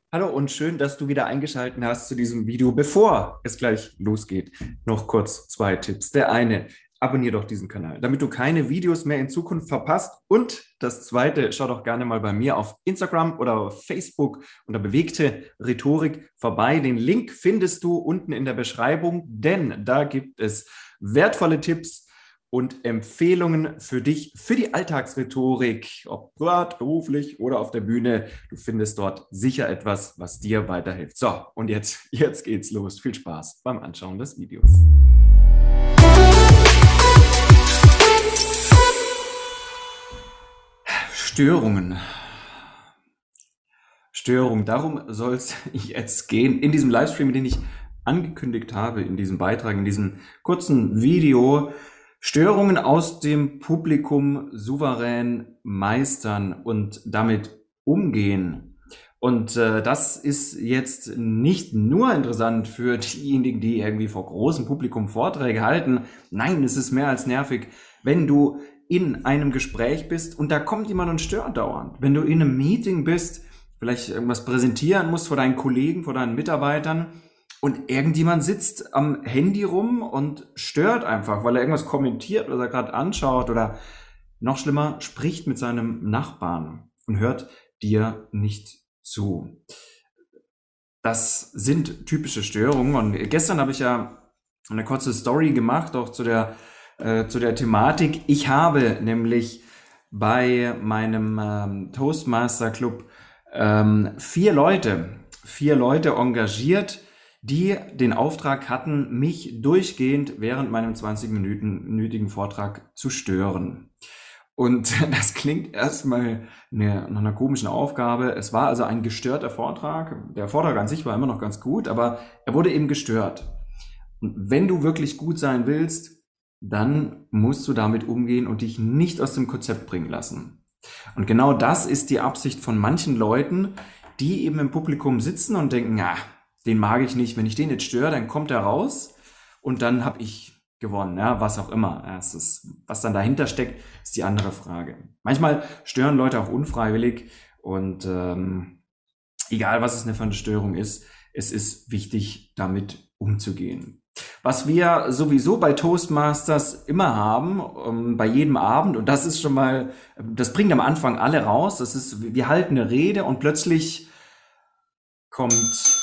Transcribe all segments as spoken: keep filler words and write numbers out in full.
Hallo und schön, dass du wieder eingeschaltet hast zu diesem Video. Bevor es gleich losgeht, noch kurz zwei Tipps. Der eine, abonnier doch diesen Kanal, damit du keine Videos mehr in Zukunft verpasst. Und das zweite, schau doch gerne mal bei mir auf Instagram oder auf Facebook unter bewegte Rhetorik vorbei. Den Link findest du unten in der Beschreibung, denn da gibt es wertvolle Tipps und Empfehlungen für dich, für die Alltagsrhetorik, ob privat, beruflich oder auf der Bühne. Du findest dort sicher etwas, was dir weiterhilft. So, und jetzt, jetzt geht's los. Viel Spaß beim Anschauen des Videos. Störungen. Störung, darum soll es jetzt gehen in diesem Livestream, den ich angekündigt habe, in diesem Beitrag, in diesem kurzen Video. Störungen aus dem Publikum souverän meistern und damit umgehen. Und äh, das ist jetzt nicht nur interessant für diejenigen, die irgendwie vor großem Publikum Vorträge halten. Nein, es ist mehr als nervig, wenn du in einem Gespräch bist und da kommt jemand und stört dauernd. Wenn du in einem Meeting bist, vielleicht irgendwas präsentieren musst vor deinen Kollegen, vor deinen Mitarbeitern, und irgendjemand sitzt am Handy rum und stört einfach, weil er irgendwas kommentiert oder gerade anschaut oder noch schlimmer, spricht mit seinem Nachbarn und hört dir nicht zu. Das sind typische Störungen. Und gestern habe ich ja eine kurze Story gemacht, auch zu der, äh, zu der Thematik. Ich habe nämlich bei meinem ähm, Toastmaster Club ähm, vier Leute, vier Leute engagiert, die den Auftrag hatten, mich durchgehend während meinem zwanzig-minütigen Vortrag zu stören. Und das klingt erstmal eine, nach einer komischen Aufgabe. Es war also ein gestörter Vortrag. Der Vortrag an sich war immer noch ganz gut, aber er wurde eben gestört. Und wenn du wirklich gut sein willst, dann musst du damit umgehen und dich nicht aus dem Konzept bringen lassen. Und genau das ist die Absicht von manchen Leuten, die eben im Publikum sitzen und denken, ja, den mag ich nicht. Wenn ich den jetzt störe, dann kommt er raus und dann habe ich gewonnen, ja, was auch immer. Ja, es ist, was dann dahinter steckt, ist die andere Frage. Manchmal stören Leute auch unfreiwillig und ähm, egal, was es eine für eine Störung ist, es ist wichtig, damit umzugehen. Was wir sowieso bei Toastmasters immer haben, um, bei jedem Abend, und das ist schon mal, das bringt am Anfang alle raus, das ist, wir halten eine Rede und plötzlich kommt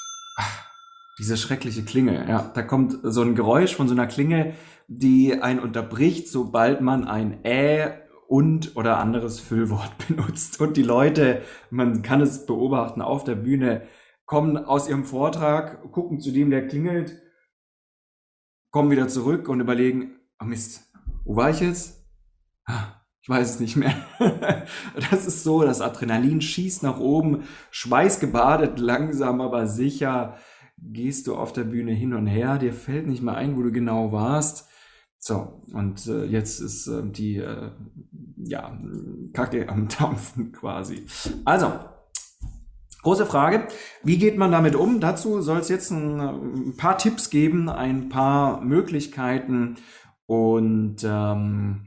diese schreckliche Klingel, ja, da kommt so ein Geräusch von so einer Klingel, die einen unterbricht, sobald man ein Ä und oder anderes Füllwort benutzt. Und die Leute, man kann es beobachten auf der Bühne, kommen aus ihrem Vortrag, gucken zu dem, der klingelt, kommen wieder zurück und überlegen, oh Mist, wo war ich jetzt? Ich weiß es nicht mehr. Das ist so, das Adrenalin schießt nach oben, schweißgebadet, langsam aber sicher gehst du auf der Bühne hin und her, dir fällt nicht mehr ein, wo du genau warst. So, und äh, jetzt ist äh, die äh, ja, Kacke am Dampfen quasi. Also, große Frage, wie geht man damit um? Dazu soll es jetzt ein, ein paar Tipps geben, ein paar Möglichkeiten und ähm,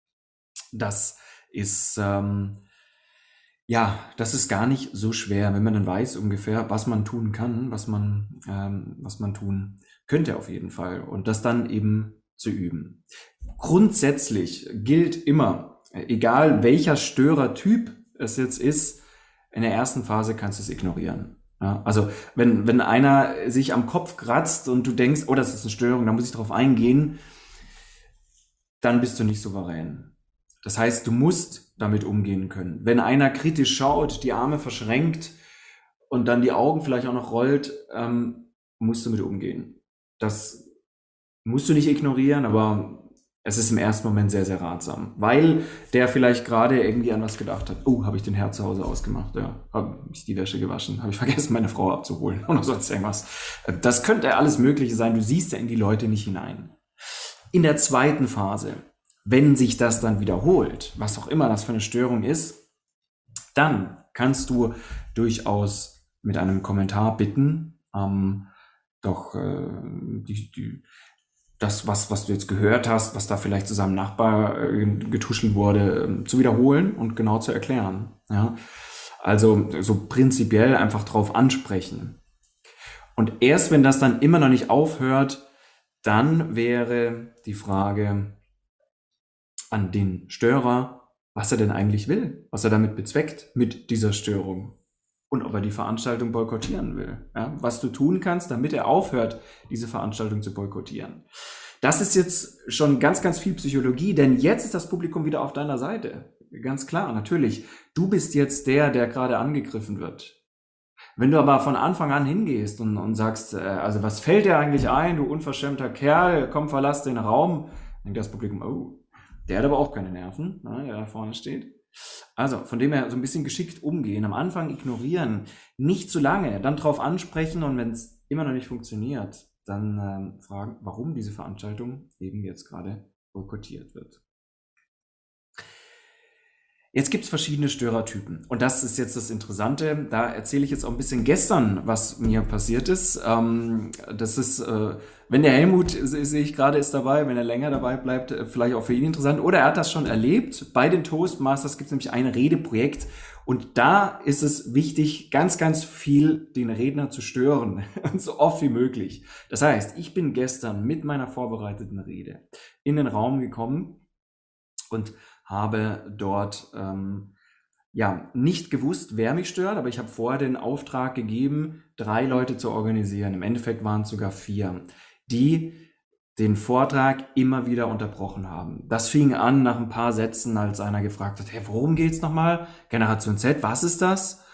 das ist ähm, ja, das ist gar nicht so schwer, wenn man dann weiß ungefähr, was man tun kann, was man, ähm, was man tun könnte auf jeden Fall und das dann eben zu üben. Grundsätzlich gilt immer, egal welcher Störertyp es jetzt ist, in der ersten Phase kannst du es ignorieren. Ja, also wenn, wenn einer sich am Kopf kratzt und du denkst, oh, das ist eine Störung, da muss ich drauf eingehen, dann bist du nicht souverän. Das heißt, du musst damit umgehen können. Wenn einer kritisch schaut, die Arme verschränkt und dann die Augen vielleicht auch noch rollt, ähm, musst du mit umgehen. Das musst du nicht ignorieren, aber es ist im ersten Moment sehr, sehr ratsam, weil der vielleicht gerade irgendwie an was gedacht hat. Oh, habe ich den Herd zu Hause ausgemacht? Ja, habe ich die Wäsche gewaschen? Habe ich vergessen, meine Frau abzuholen? Oder sonst irgendwas. Das könnte alles Mögliche sein. Du siehst ja in die Leute nicht hinein. In der zweiten Phase, wenn sich das dann wiederholt, was auch immer das für eine Störung ist, dann kannst du durchaus mit einem Kommentar bitten, ähm, doch äh, die, die, das, was, was du jetzt gehört hast, was da vielleicht zu seinem Nachbar äh, getuschelt wurde, äh, zu wiederholen und genau zu erklären. Ja? Also so prinzipiell einfach drauf ansprechen. Und erst wenn das dann immer noch nicht aufhört, dann wäre die Frage an den Störer, was er denn eigentlich will, was er damit bezweckt mit dieser Störung und ob er die Veranstaltung boykottieren will. Ja, was du tun kannst, damit er aufhört, diese Veranstaltung zu boykottieren. Das ist jetzt schon ganz, ganz viel Psychologie, denn jetzt ist das Publikum wieder auf deiner Seite. Ganz klar, natürlich. Du bist jetzt der, der gerade angegriffen wird. Wenn du aber von Anfang an hingehst und, und sagst, äh, also was fällt dir eigentlich ein, du unverschämter Kerl, komm, verlass den Raum, dann denkt das Publikum, oh, der hat aber auch keine Nerven, ne, der da vorne steht. Also von dem her so ein bisschen geschickt umgehen, am Anfang ignorieren, nicht zu lange, dann drauf ansprechen und wenn es immer noch nicht funktioniert, dann ähm, fragen, warum diese Veranstaltung eben jetzt gerade boykottiert wird. Jetzt gibt es verschiedene Störertypen und das ist jetzt das Interessante. Da erzähle ich jetzt auch ein bisschen gestern, was mir passiert ist. Ähm, das ist, äh, wenn der Helmut, sehe ich gerade, ist dabei, wenn er länger dabei bleibt, vielleicht auch für ihn interessant. Oder er hat das schon erlebt. Bei den Toastmasters gibt es nämlich ein Redeprojekt und da ist es wichtig, ganz, ganz viel den Redner zu stören und so oft wie möglich. Das heißt, ich bin gestern mit meiner vorbereiteten Rede in den Raum gekommen und habe dort ähm, ja nicht gewusst, wer mich stört, aber ich habe vorher den Auftrag gegeben, drei Leute zu organisieren. Im Endeffekt waren es sogar vier, die den Vortrag immer wieder unterbrochen haben. Das fing an nach ein paar Sätzen, als einer gefragt hat, hey, worum geht's nochmal? Generation Z, was ist das?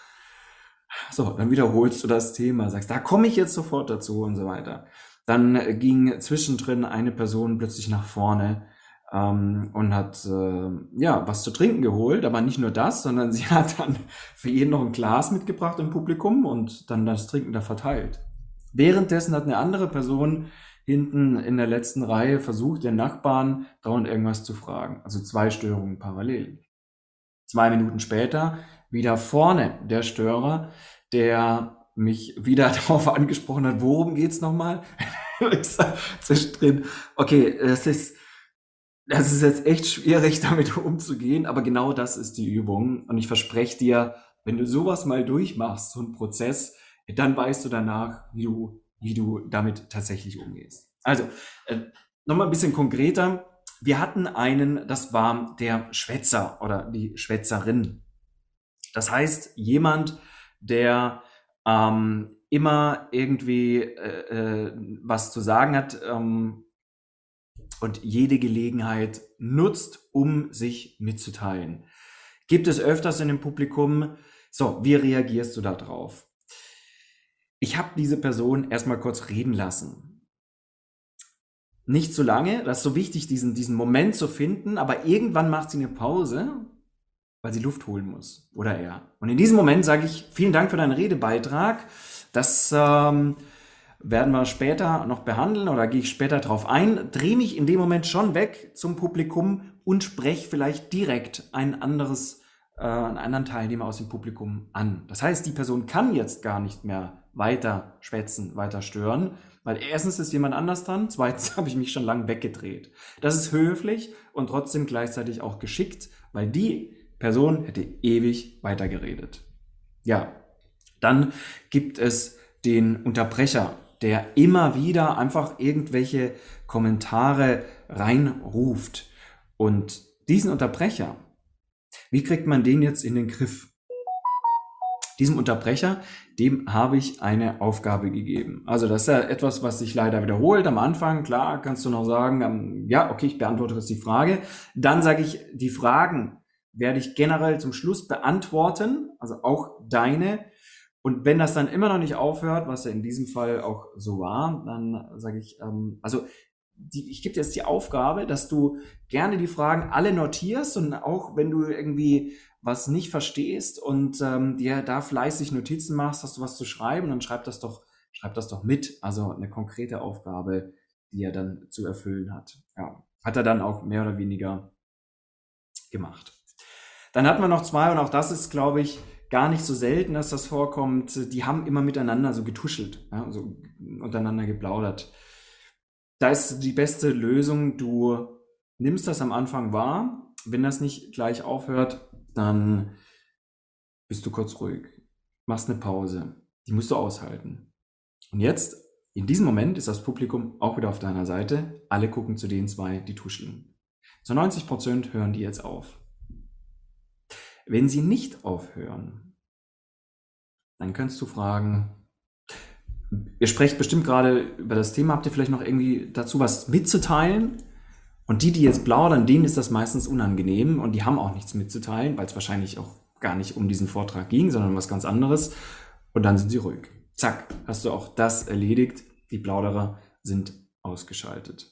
So, dann wiederholst du das Thema, sagst, da komme ich jetzt sofort dazu und so weiter. Dann ging zwischendrin eine Person plötzlich nach vorne ähm, und hat äh, ja was zu trinken geholt, aber nicht nur das, sondern sie hat dann für jeden noch ein Glas mitgebracht im Publikum und dann das Trinken da verteilt. Währenddessen hat eine andere Person hinten in der letzten Reihe versucht, den Nachbarn dauernd irgendwas zu fragen. Also zwei Störungen parallel. Zwei Minuten später wieder vorne der Störer, der mich wieder darauf angesprochen hat, worum geht's nochmal? Zwischendrin, okay, das ist, das ist jetzt echt schwierig, damit umzugehen, aber genau das ist die Übung. Und ich verspreche dir, wenn du sowas mal durchmachst, so einen Prozess, dann weißt du danach, wie du, wie du damit tatsächlich umgehst. Also, äh, nochmal ein bisschen konkreter. Wir hatten einen, das war der Schwätzer oder die Schwätzerin. Das heißt, jemand, der ähm, immer irgendwie äh, äh, was zu sagen hat ähm, und jede Gelegenheit nutzt, um sich mitzuteilen. Gibt es öfters in dem Publikum, so, wie reagierst du da drauf? Ich habe diese Person erstmal kurz reden lassen. Nicht zu lange, das ist so wichtig, diesen, diesen Moment zu finden, aber irgendwann macht sie eine Pause, weil sie Luft holen muss, oder er. Und in diesem Moment sage ich, vielen Dank für deinen Redebeitrag. Das ähm, werden wir später noch behandeln oder gehe ich später drauf ein. Drehe mich in dem Moment schon weg zum Publikum und spreche vielleicht direkt ein anderes, äh, einen anderen Teilnehmer aus dem Publikum an. Das heißt, die Person kann jetzt gar nicht mehr weiter schwätzen, weiter stören, weil erstens ist jemand anders dran, zweitens habe ich mich schon lang weggedreht. Das ist höflich und trotzdem gleichzeitig auch geschickt, weil die Person hätte ewig weitergeredet. Ja, dann gibt es den Unterbrecher, der immer wieder einfach irgendwelche Kommentare reinruft. Und diesen Unterbrecher, wie kriegt man den jetzt in den Griff? Diesem Unterbrecher, dem habe ich eine Aufgabe gegeben. Also das ist ja etwas, was sich leider wiederholt. Am Anfang, klar, kannst du noch sagen, ähm, ja, okay, ich beantworte jetzt die Frage. Dann sage ich, die Fragen werde ich generell zum Schluss beantworten, also auch deine. Und wenn das dann immer noch nicht aufhört, was ja in diesem Fall auch so war, dann sage ich, ähm, also die, ich gebe dir jetzt die Aufgabe, dass du gerne die Fragen alle notierst und auch wenn du irgendwie was nicht verstehst und ähm, dir da fleißig Notizen machst, hast du was zu schreiben, dann schreib das doch, schreib das doch mit. Also eine konkrete Aufgabe, die er dann zu erfüllen hat. Ja, hat er dann auch mehr oder weniger gemacht. Dann hatten wir noch zwei und auch das ist, glaube ich, gar nicht so selten, dass das vorkommt. Die haben immer miteinander so getuschelt, ja, also untereinander geplaudert. Da ist die beste Lösung, du nimmst das am Anfang wahr. Wenn das nicht gleich aufhört, dann bist du kurz ruhig, machst eine Pause, die musst du aushalten. Und jetzt, in diesem Moment, ist das Publikum auch wieder auf deiner Seite. Alle gucken zu den zwei, die tuscheln. Zu neunzig Prozent hören die jetzt auf. Wenn sie nicht aufhören, dann kannst du fragen, ihr sprecht bestimmt gerade über das Thema, habt ihr vielleicht noch irgendwie dazu was mitzuteilen? Und die, die jetzt plaudern, denen ist das meistens unangenehm und die haben auch nichts mitzuteilen, weil es wahrscheinlich auch gar nicht um diesen Vortrag ging, sondern um was ganz anderes. Und dann sind sie ruhig. Zack, hast du auch das erledigt. Die Plauderer sind ausgeschaltet.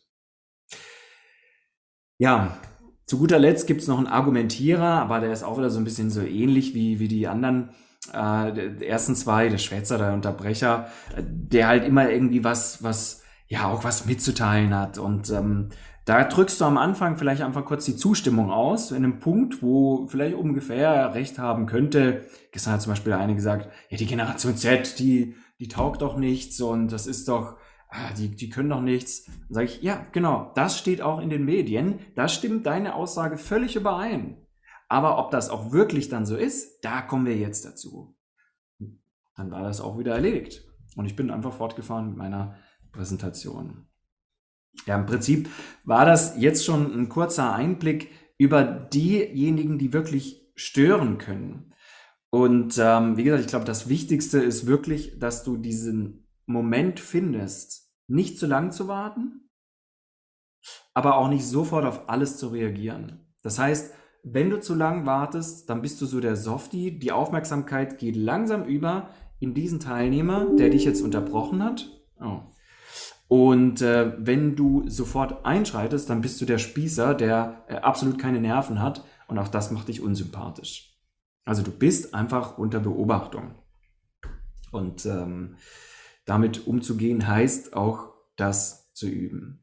Ja, zu guter Letzt gibt es noch einen Argumentierer, aber der ist auch wieder so ein bisschen so ähnlich wie, wie die anderen äh, die ersten zwei, der Schwätzer, der Unterbrecher, der halt immer irgendwie was, was, ja, auch was mitzuteilen hat. Und ähm, da drückst du am Anfang vielleicht einfach kurz die Zustimmung aus, in einem Punkt, wo vielleicht ungefähr recht haben könnte. Gestern hat zum Beispiel eine gesagt, ja, die Generation Z, die, die taugt doch nichts und das ist doch, ah, die, die können doch nichts. Dann sage ich, ja, genau, das steht auch in den Medien, da stimmt deine Aussage völlig überein. Aber ob das auch wirklich dann so ist, da kommen wir jetzt dazu. Dann war das auch wieder erledigt. Und ich bin einfach fortgefahren mit meiner Präsentation. Ja, im Prinzip war das jetzt schon ein kurzer Einblick über diejenigen, die wirklich stören können. Und ähm, wie gesagt, ich glaube, das Wichtigste ist wirklich, dass du diesen Moment findest, nicht zu lang zu warten, aber auch nicht sofort auf alles zu reagieren. Das heißt, wenn du zu lang wartest, dann bist du so der Softie. Die Aufmerksamkeit geht langsam über in diesen Teilnehmer, der dich jetzt unterbrochen hat. Oh. Und äh, wenn du sofort einschreitest, dann bist du der Spießer, der äh, absolut keine Nerven hat. Und auch das macht dich unsympathisch. Also du bist einfach unter Beobachtung. Und ähm, damit umzugehen heißt auch, das zu üben.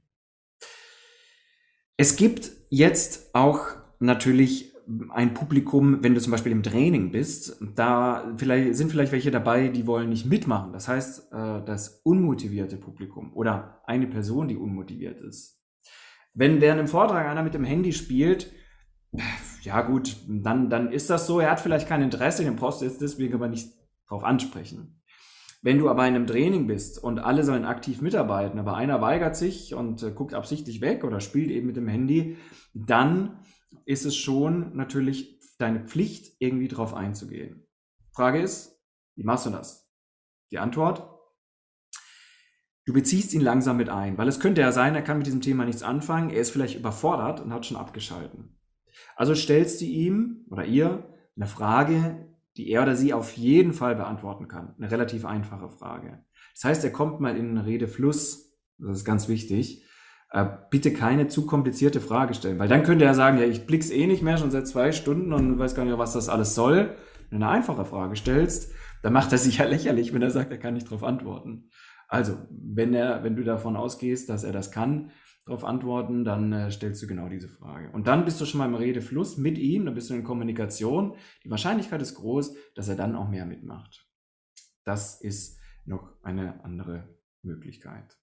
Es gibt jetzt auch natürlich ein Publikum, wenn du zum Beispiel im Training bist, da vielleicht, sind vielleicht welche dabei, die wollen nicht mitmachen. Das heißt, das unmotivierte Publikum oder eine Person, die unmotiviert ist. Wenn während einem Vortrag einer mit dem Handy spielt, ja gut, dann, dann ist das so, er hat vielleicht kein Interesse, den brauchst du jetzt deswegen aber nicht drauf ansprechen. Wenn du aber in einem Training bist und alle sollen aktiv mitarbeiten, aber einer weigert sich und äh, guckt absichtlich weg oder spielt eben mit dem Handy, dann ist es schon natürlich deine Pflicht, irgendwie drauf einzugehen. Frage ist, wie machst du das? Die Antwort, du beziehst ihn langsam mit ein, weil es könnte ja sein, er kann mit diesem Thema nichts anfangen, er ist vielleicht überfordert und hat schon abgeschalten. Also stellst du ihm oder ihr eine Frage, die er oder sie auf jeden Fall beantworten kann. Eine relativ einfache Frage. Das heißt, er kommt mal in einen Redefluss. Das ist ganz wichtig. Äh, bitte keine zu komplizierte Frage stellen, weil dann könnte er sagen, ja, ich blick's eh nicht mehr schon seit zwei Stunden und weiß gar nicht, was das alles soll. Wenn du eine einfache Frage stellst, dann macht er sich ja lächerlich, wenn er sagt, er kann nicht darauf antworten. Also, wenn er, wenn du davon ausgehst, dass er das kann, darauf antworten, dann äh, stellst du genau diese Frage. Und dann bist du schon mal im Redefluss mit ihm, dann bist du in Kommunikation. Die Wahrscheinlichkeit ist groß, dass er dann auch mehr mitmacht. Das ist noch eine andere Möglichkeit.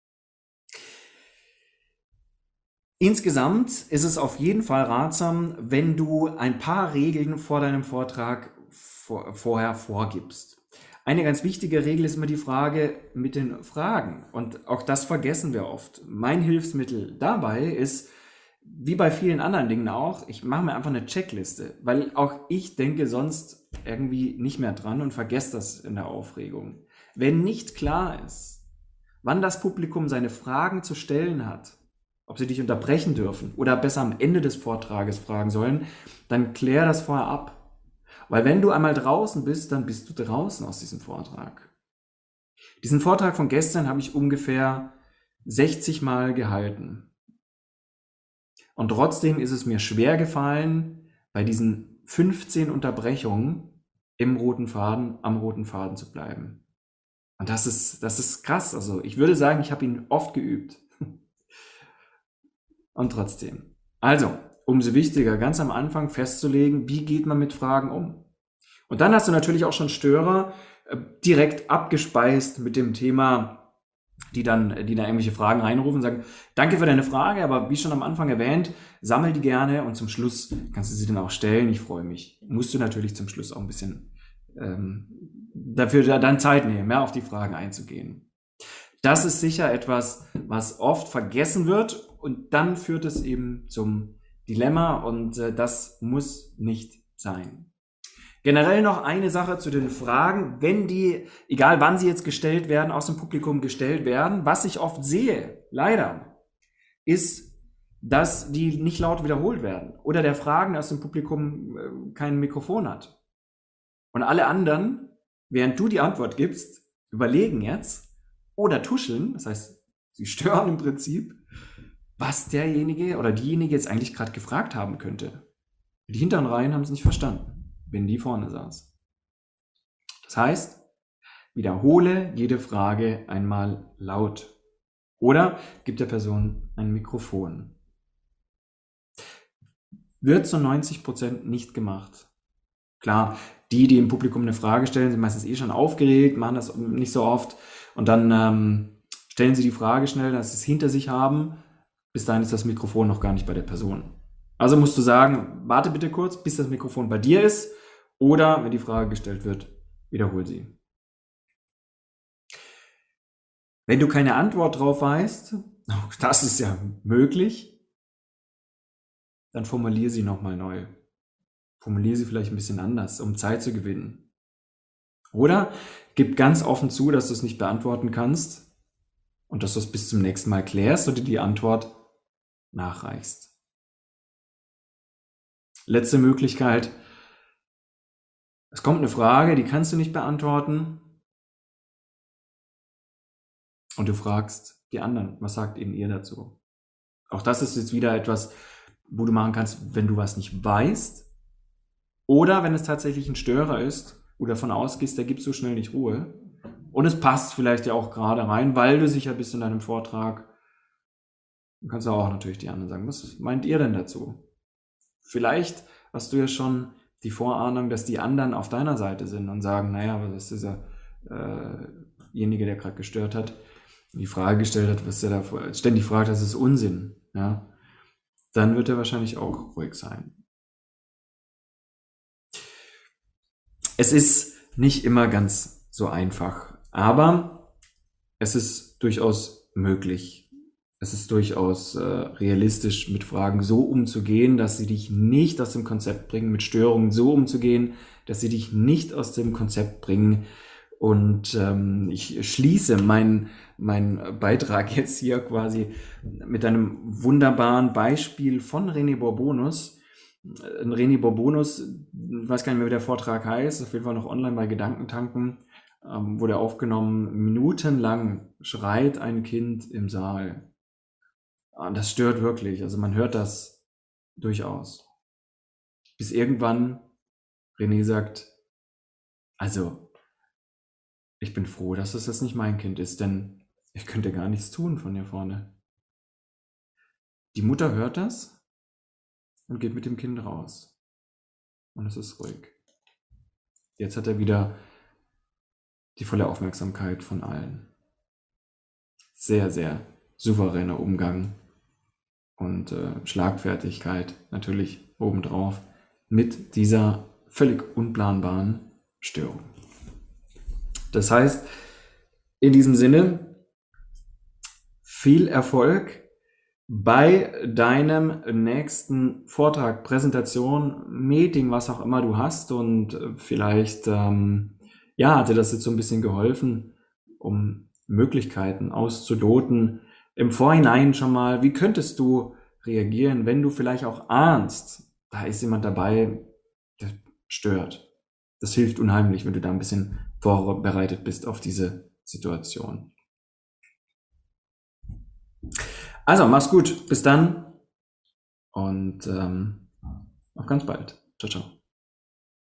Insgesamt ist es auf jeden Fall ratsam, wenn du ein paar Regeln vor deinem Vortrag vor, vorher vorgibst. Eine ganz wichtige Regel ist immer die Frage mit den Fragen. Und auch das vergessen wir oft. Mein Hilfsmittel dabei ist, wie bei vielen anderen Dingen auch, ich mache mir einfach eine Checkliste, weil auch ich denke sonst irgendwie nicht mehr dran und vergesse das in der Aufregung. Wenn nicht klar ist, wann das Publikum seine Fragen zu stellen hat, ob sie dich unterbrechen dürfen oder besser am Ende des Vortrages fragen sollen, dann klär das vorher ab. Weil wenn du einmal draußen bist, dann bist du draußen aus diesem Vortrag. Diesen Vortrag von gestern habe ich ungefähr sechzig Mal gehalten. Und trotzdem ist es mir schwer gefallen, bei diesen fünfzehn Unterbrechungen im roten Faden, am roten Faden zu bleiben. Und das ist, das ist krass. Also ich würde sagen, ich habe ihn oft geübt. Und trotzdem. Also, umso wichtiger, ganz am Anfang festzulegen, wie geht man mit Fragen um. Und dann hast du natürlich auch schon Störer äh, direkt abgespeist mit dem Thema, die dann, die dann irgendwelche Fragen reinrufen und sagen, danke für deine Frage, aber wie schon am Anfang erwähnt, sammel die gerne und zum Schluss kannst du sie dann auch stellen. Ich freue mich. Musst du natürlich zum Schluss auch ein bisschen ähm, dafür dann Zeit nehmen, ja, auf die Fragen einzugehen. Das ist sicher etwas, was oft vergessen wird und dann führt es eben zum Dilemma und äh, das muss nicht sein. Generell noch eine Sache zu den Fragen, wenn die, egal wann sie jetzt gestellt werden, aus dem Publikum gestellt werden, was ich oft sehe, leider, ist, dass die nicht laut wiederholt werden oder der Fragende aus dem Publikum äh, kein Mikrofon hat. Und alle anderen, während du die Antwort gibst, überlegen jetzt oder tuscheln, das heißt, sie stören im Prinzip, was derjenige oder diejenige jetzt eigentlich gerade gefragt haben könnte. Die hinteren Reihen haben es nicht verstanden, wenn die vorne saß. Das heißt, wiederhole jede Frage einmal laut oder gib der Person ein Mikrofon. Wird zu neunzig Prozent nicht gemacht. Klar, die, die im Publikum eine Frage stellen, sind meistens eh schon aufgeregt, machen das nicht so oft und dann ähm, stellen sie die Frage schnell, dass sie es hinter sich haben. Bis dahin ist das Mikrofon noch gar nicht bei der Person. Also musst du sagen, warte bitte kurz, bis das Mikrofon bei dir ist oder, wenn die Frage gestellt wird, wiederhol sie. Wenn du keine Antwort drauf weißt, auch das ist ja möglich, dann formuliere sie nochmal neu. Formuliere sie vielleicht ein bisschen anders, um Zeit zu gewinnen. Oder gib ganz offen zu, dass du es nicht beantworten kannst und dass du es bis zum nächsten Mal klärst oder die Antwort nachreichst. Letzte Möglichkeit. Es kommt eine Frage, die kannst du nicht beantworten. Und du fragst die anderen, was sagt eben ihr dazu? Auch das ist jetzt wieder etwas, wo du machen kannst, wenn du was nicht weißt. Oder wenn es tatsächlich ein Störer ist, wo du davon ausgehst, der gibt so schnell nicht Ruhe. Und es passt vielleicht ja auch gerade rein, weil du sicher bist in deinem Vortrag. Dann kannst du auch natürlich die anderen sagen, was meint ihr denn dazu? Vielleicht hast du ja schon die Vorahnung, dass die anderen auf deiner Seite sind und sagen, naja, was ist dieser äh, derjenige, der gerade gestört hat, die Frage gestellt hat, was der da ständig fragt, das ist Unsinn. Ja? Dann wird er wahrscheinlich auch ruhig sein. Es ist nicht immer ganz so einfach, aber es ist durchaus möglich. Es ist durchaus äh, realistisch, mit Fragen so umzugehen, dass sie dich nicht aus dem Konzept bringen, mit Störungen so umzugehen, dass sie dich nicht aus dem Konzept bringen. Und ähm, ich schließe meinen mein Beitrag jetzt hier quasi mit einem wunderbaren Beispiel von René Bourbonus. René Bourbonus, ich weiß gar nicht mehr, wie der Vortrag heißt, auf jeden Fall noch online bei Gedankentanken, ähm, wurde aufgenommen, minutenlang schreit ein Kind im Saal. Und das stört wirklich, also man hört das durchaus. Bis irgendwann René sagt, also ich bin froh, dass es das nicht mein Kind ist, denn ich könnte gar nichts tun von hier vorne. Die Mutter hört das und geht mit dem Kind raus. Und es ist ruhig. Jetzt hat er wieder die volle Aufmerksamkeit von allen. Sehr, sehr souveräner Umgang und äh, Schlagfertigkeit natürlich obendrauf mit dieser völlig unplanbaren Störung. Das heißt, in diesem Sinne, viel Erfolg bei deinem nächsten Vortrag, Präsentation, Meeting, was auch immer du hast und vielleicht, ähm, ja, hat dir das jetzt so ein bisschen geholfen, um Möglichkeiten auszuloten, im Vorhinein schon mal, wie könntest du reagieren, wenn du vielleicht auch ahnst, da ist jemand dabei, der stört. Das hilft unheimlich, wenn du da ein bisschen vorbereitet bist auf diese Situation. Also, mach's gut. Bis dann und ähm, auf ganz bald. Ciao, ciao.